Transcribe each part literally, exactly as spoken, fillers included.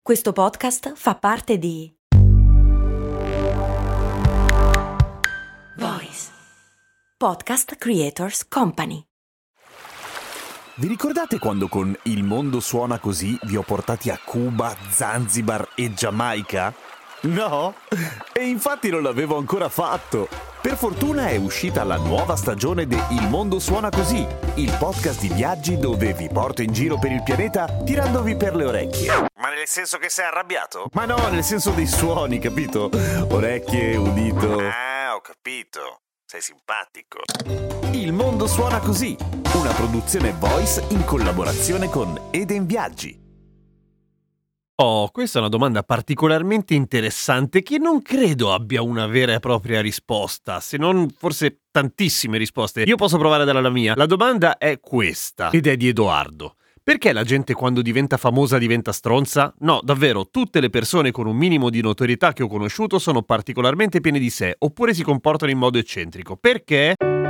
Questo podcast fa parte di Voice Podcast Creators Company. Vi ricordate quando con Il mondo suona così vi ho portati a Cuba, Zanzibar e Giamaica? No? E infatti non l'avevo ancora fatto. Per fortuna è uscita la nuova stagione di Il mondo suona così, il podcast di viaggi dove vi porto in giro per il pianeta tirandovi per le orecchie. Ma nel senso che sei arrabbiato? Ma no, nel senso dei suoni, capito? Orecchie, udito. Ah, ho capito. Sei simpatico. Il mondo suona così, una produzione Voice in collaborazione con Eden Viaggi. Oh, questa è una domanda particolarmente interessante che non credo abbia una vera e propria risposta, se non forse tantissime risposte. Io posso provare a dare la mia. La domanda è questa, ed è di Edoardo. Perché la gente quando diventa famosa diventa stronza? No, davvero, tutte le persone con un minimo di notorietà che ho conosciuto sono particolarmente piene di sé, oppure si comportano in modo eccentrico. Perché?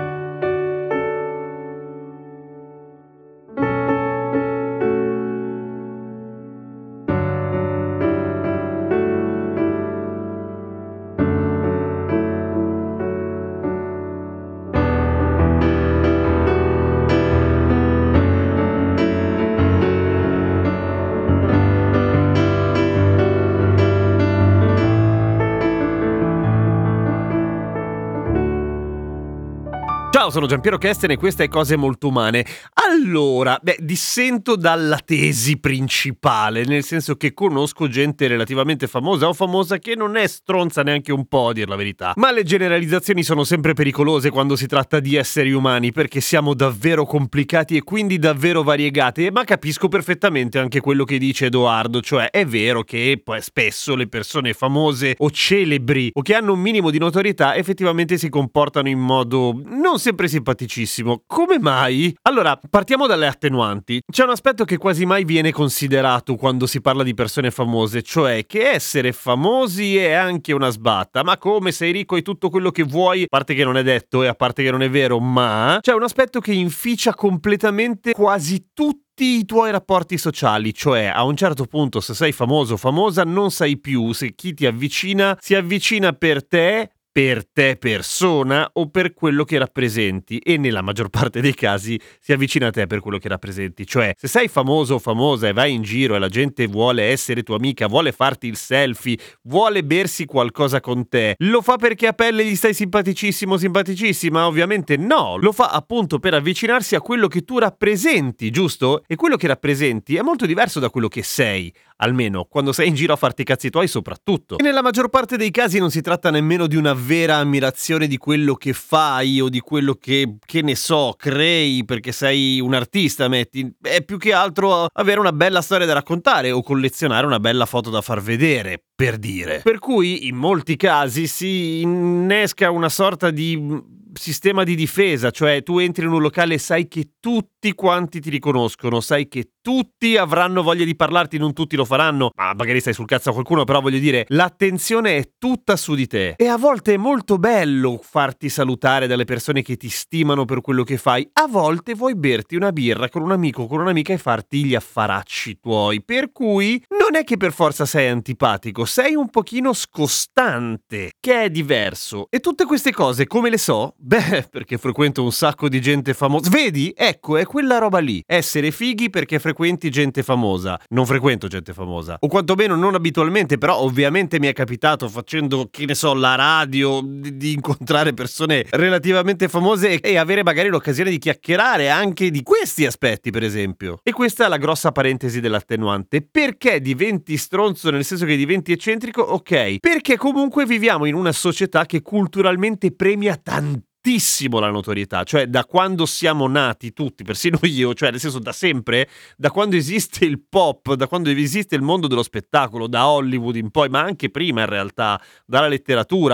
Ciao, sono Giampiero Kesten e questa è Cose Molto Umane. Allora, beh, dissento dalla tesi principale, nel senso che conosco gente relativamente famosa o famosa che non è stronza neanche un po', a dir la verità. Ma le generalizzazioni sono sempre pericolose quando si tratta di esseri umani, perché siamo davvero complicati e quindi davvero variegati. Ma capisco perfettamente anche quello che dice Edoardo, cioè è vero che poi spesso le persone famose o celebri o che hanno un minimo di notorietà effettivamente si comportano in modo non sempre simpaticissimo. Come mai? Allora, partiamo dalle attenuanti. C'è un aspetto che quasi mai viene considerato quando si parla di persone famose, cioè che essere famosi è anche una sbatta. Ma come, sei ricco e tutto quello che vuoi? A parte che non è detto e a parte che non è vero, ma c'è un aspetto che inficia completamente quasi tutti i tuoi rapporti sociali, cioè a un certo punto se sei famoso o famosa non sai più se chi ti avvicina si avvicina per te, per te persona o per quello che rappresenti, e nella maggior parte dei casi si avvicina a te per quello che rappresenti. Cioè, se sei famoso o famosa e vai in giro e la gente vuole essere tua amica, vuole farti il selfie, vuole bersi qualcosa con te, lo fa perché a pelle gli stai simpaticissimo o simpaticissima? Ovviamente no, lo fa appunto per avvicinarsi a quello che tu rappresenti, giusto? E quello che rappresenti è molto diverso da quello che sei, almeno quando sei in giro a farti i cazzi tuoi soprattutto. E nella maggior parte dei casi non si tratta nemmeno di una vera ammirazione di quello che fai o di quello che, che ne so, crei perché sei un artista, metti. È più che altro avere una bella storia da raccontare o collezionare una bella foto da far vedere, per dire. Per cui in molti casi si innesca una sorta di sistema di difesa, cioè tu entri in un locale e sai che tutti quanti ti riconoscono, sai che tutti avranno voglia di parlarti, non tutti lo faranno, ma magari stai sul cazzo a qualcuno, però voglio dire, l'attenzione è tutta su di te. E a volte è molto bello farti salutare dalle persone che ti stimano per quello che fai, a volte vuoi berti una birra con un amico o con un'amica e farti gli affaracci tuoi, per cui non è che per forza sei antipatico, sei un pochino scostante, che è diverso. E tutte queste cose come le so? Beh, perché frequento un sacco di gente famosa. Vedi? Ecco, è quella roba lì. Essere fighi perché frequenti gente famosa. Non frequento gente famosa. O quantomeno non abitualmente, però ovviamente mi è capitato facendo, che ne so, la radio, di, di incontrare persone relativamente famose e, e avere magari l'occasione di chiacchierare anche di questi aspetti, per esempio. E questa è la grossa parentesi dell'attenuante. Perché diventi stronzo nel senso che diventi eccentrico? Ok. Perché comunque viviamo in una società che culturalmente premia tantissimo la notorietà, cioè da quando siamo nati tutti, persino io, cioè nel senso da sempre, da quando esiste il pop, da quando esiste il mondo dello spettacolo, da Hollywood in poi, ma anche prima in realtà, dalla letteratura,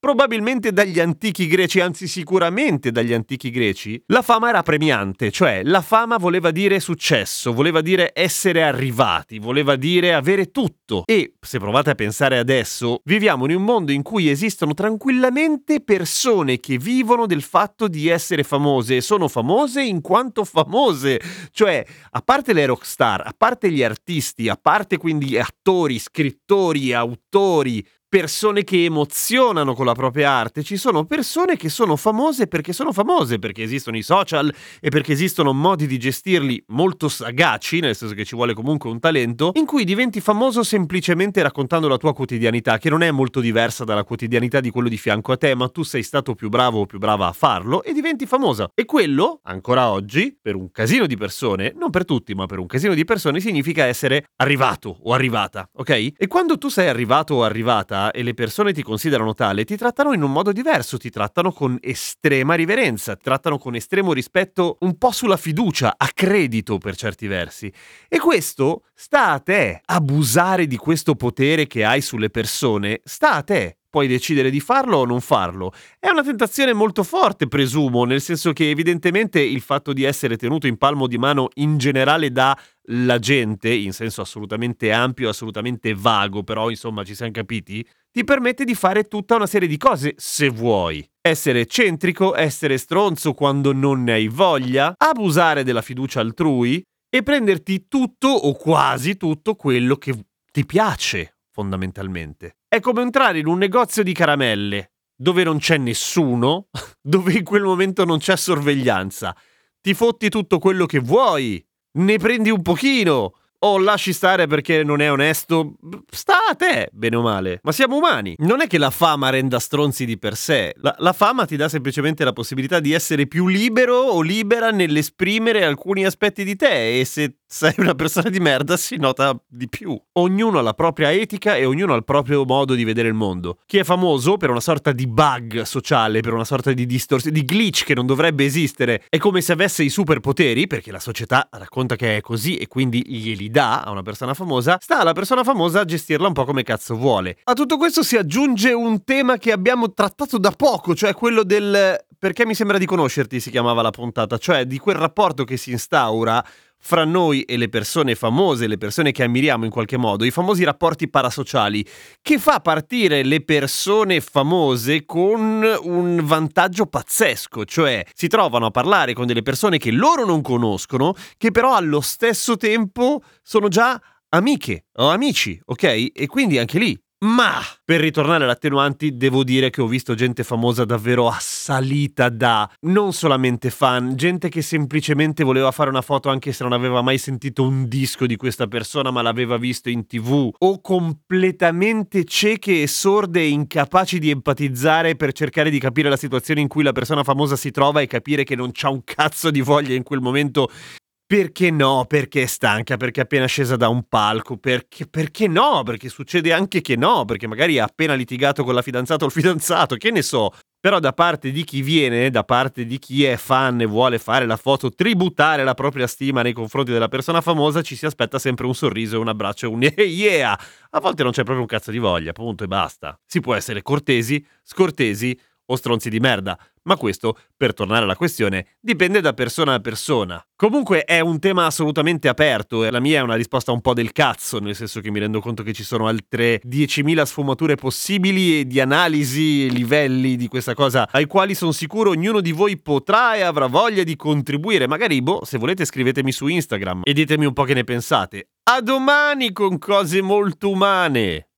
probabilmente dagli antichi greci, anzi sicuramente dagli antichi greci, la fama era premiante, cioè la fama voleva dire successo, voleva dire essere arrivati, voleva dire avere tutto. E se provate a pensare adesso, viviamo in un mondo in cui esistono tranquillamente persone che vivono del fatto di essere famose e sono famose in quanto famose, cioè a parte le rockstar, a parte gli artisti, a parte quindi attori, scrittori, autori, persone che emozionano con la propria arte, ci sono persone che sono famose perché sono famose, perché esistono i social e perché esistono modi di gestirli molto sagaci, nel senso che ci vuole comunque un talento, in cui diventi famoso semplicemente raccontando la tua quotidianità, che non è molto diversa dalla quotidianità di quello di fianco a te, ma tu sei stato più bravo o più brava a farlo e diventi famosa. E quello, ancora oggi, per un casino di persone, non per tutti, ma per un casino di persone, significa essere arrivato o arrivata, ok? E quando tu sei arrivato o arrivata e le persone ti considerano tale, ti trattano in un modo diverso, ti trattano con estrema riverenza, ti trattano con estremo rispetto, un po' sulla fiducia, a credito per certi versi. E questo sta a te. Abusare di questo potere che hai sulle persone sta a te. Puoi decidere di farlo o non farlo. È una tentazione molto forte, presumo, nel senso che evidentemente il fatto di essere tenuto in palmo di mano in generale dalla gente, in senso assolutamente ampio, assolutamente vago, però insomma ci siamo capiti, ti permette di fare tutta una serie di cose, se vuoi. Essere eccentrico, essere stronzo quando non ne hai voglia, abusare della fiducia altrui e prenderti tutto o quasi tutto quello che ti piace, fondamentalmente. È come entrare in un negozio di caramelle, dove non c'è nessuno, dove in quel momento non c'è sorveglianza. Ti fotti tutto quello che vuoi, ne prendi un pochino, o lasci stare perché non è onesto, sta a te, bene o male. Ma siamo umani. Non è che la fama renda stronzi di per sé. La, la fama ti dà semplicemente la possibilità di essere più libero o libera nell'esprimere alcuni aspetti di te, e se sei una persona di merda si nota di più. Ognuno ha la propria etica e ognuno ha il proprio modo di vedere il mondo. Chi è famoso per una sorta di bug sociale, per una sorta di distorsione, di glitch che non dovrebbe esistere, è come se avesse i superpoteri, perché la società racconta che è così e quindi glieli dà a una persona famosa, sta alla persona famosa a gestirla un po' come cazzo vuole. A tutto questo si aggiunge un tema che abbiamo trattato da poco, cioè quello del "perché mi sembra di conoscerti", si chiamava la puntata, cioè di quel rapporto che si instaura fra noi e le persone famose, le persone che ammiriamo in qualche modo, i famosi rapporti parasociali, che fa partire le persone famose con un vantaggio pazzesco, cioè si trovano a parlare con delle persone che loro non conoscono, che però allo stesso tempo sono già amiche o amici, ok? E quindi anche lì. Ma, per ritornare alle attenuanti, devo dire che ho visto gente famosa davvero assalita da non solamente fan, gente che semplicemente voleva fare una foto anche se non aveva mai sentito un disco di questa persona ma l'aveva visto in tv, o completamente cieche e sorde e incapaci di empatizzare per cercare di capire la situazione in cui la persona famosa si trova e capire che non c'ha un cazzo di voglia in quel momento. Perché no? Perché è stanca, perché è appena scesa da un palco, perché, perché no? Perché succede anche che no, perché magari ha appena litigato con la fidanzata o il fidanzato, che ne so. Però da parte di chi viene, da parte di chi è fan e vuole fare la foto, tributare la propria stima nei confronti della persona famosa, ci si aspetta sempre un sorriso e un abbraccio e un yeah! A volte non c'è proprio un cazzo di voglia, punto e basta. Si può essere cortesi, scortesi o stronzi di merda, ma questo, per tornare alla questione, dipende da persona a persona. Comunque è un tema assolutamente aperto e la mia è una risposta un po' del cazzo, nel senso che mi rendo conto che ci sono altre diecimila sfumature possibili e di analisi e livelli di questa cosa ai quali sono sicuro ognuno di voi potrà e avrà voglia di contribuire. Magari, boh, se volete scrivetemi su Instagram e ditemi un po' che ne pensate. A domani con cose molto umane!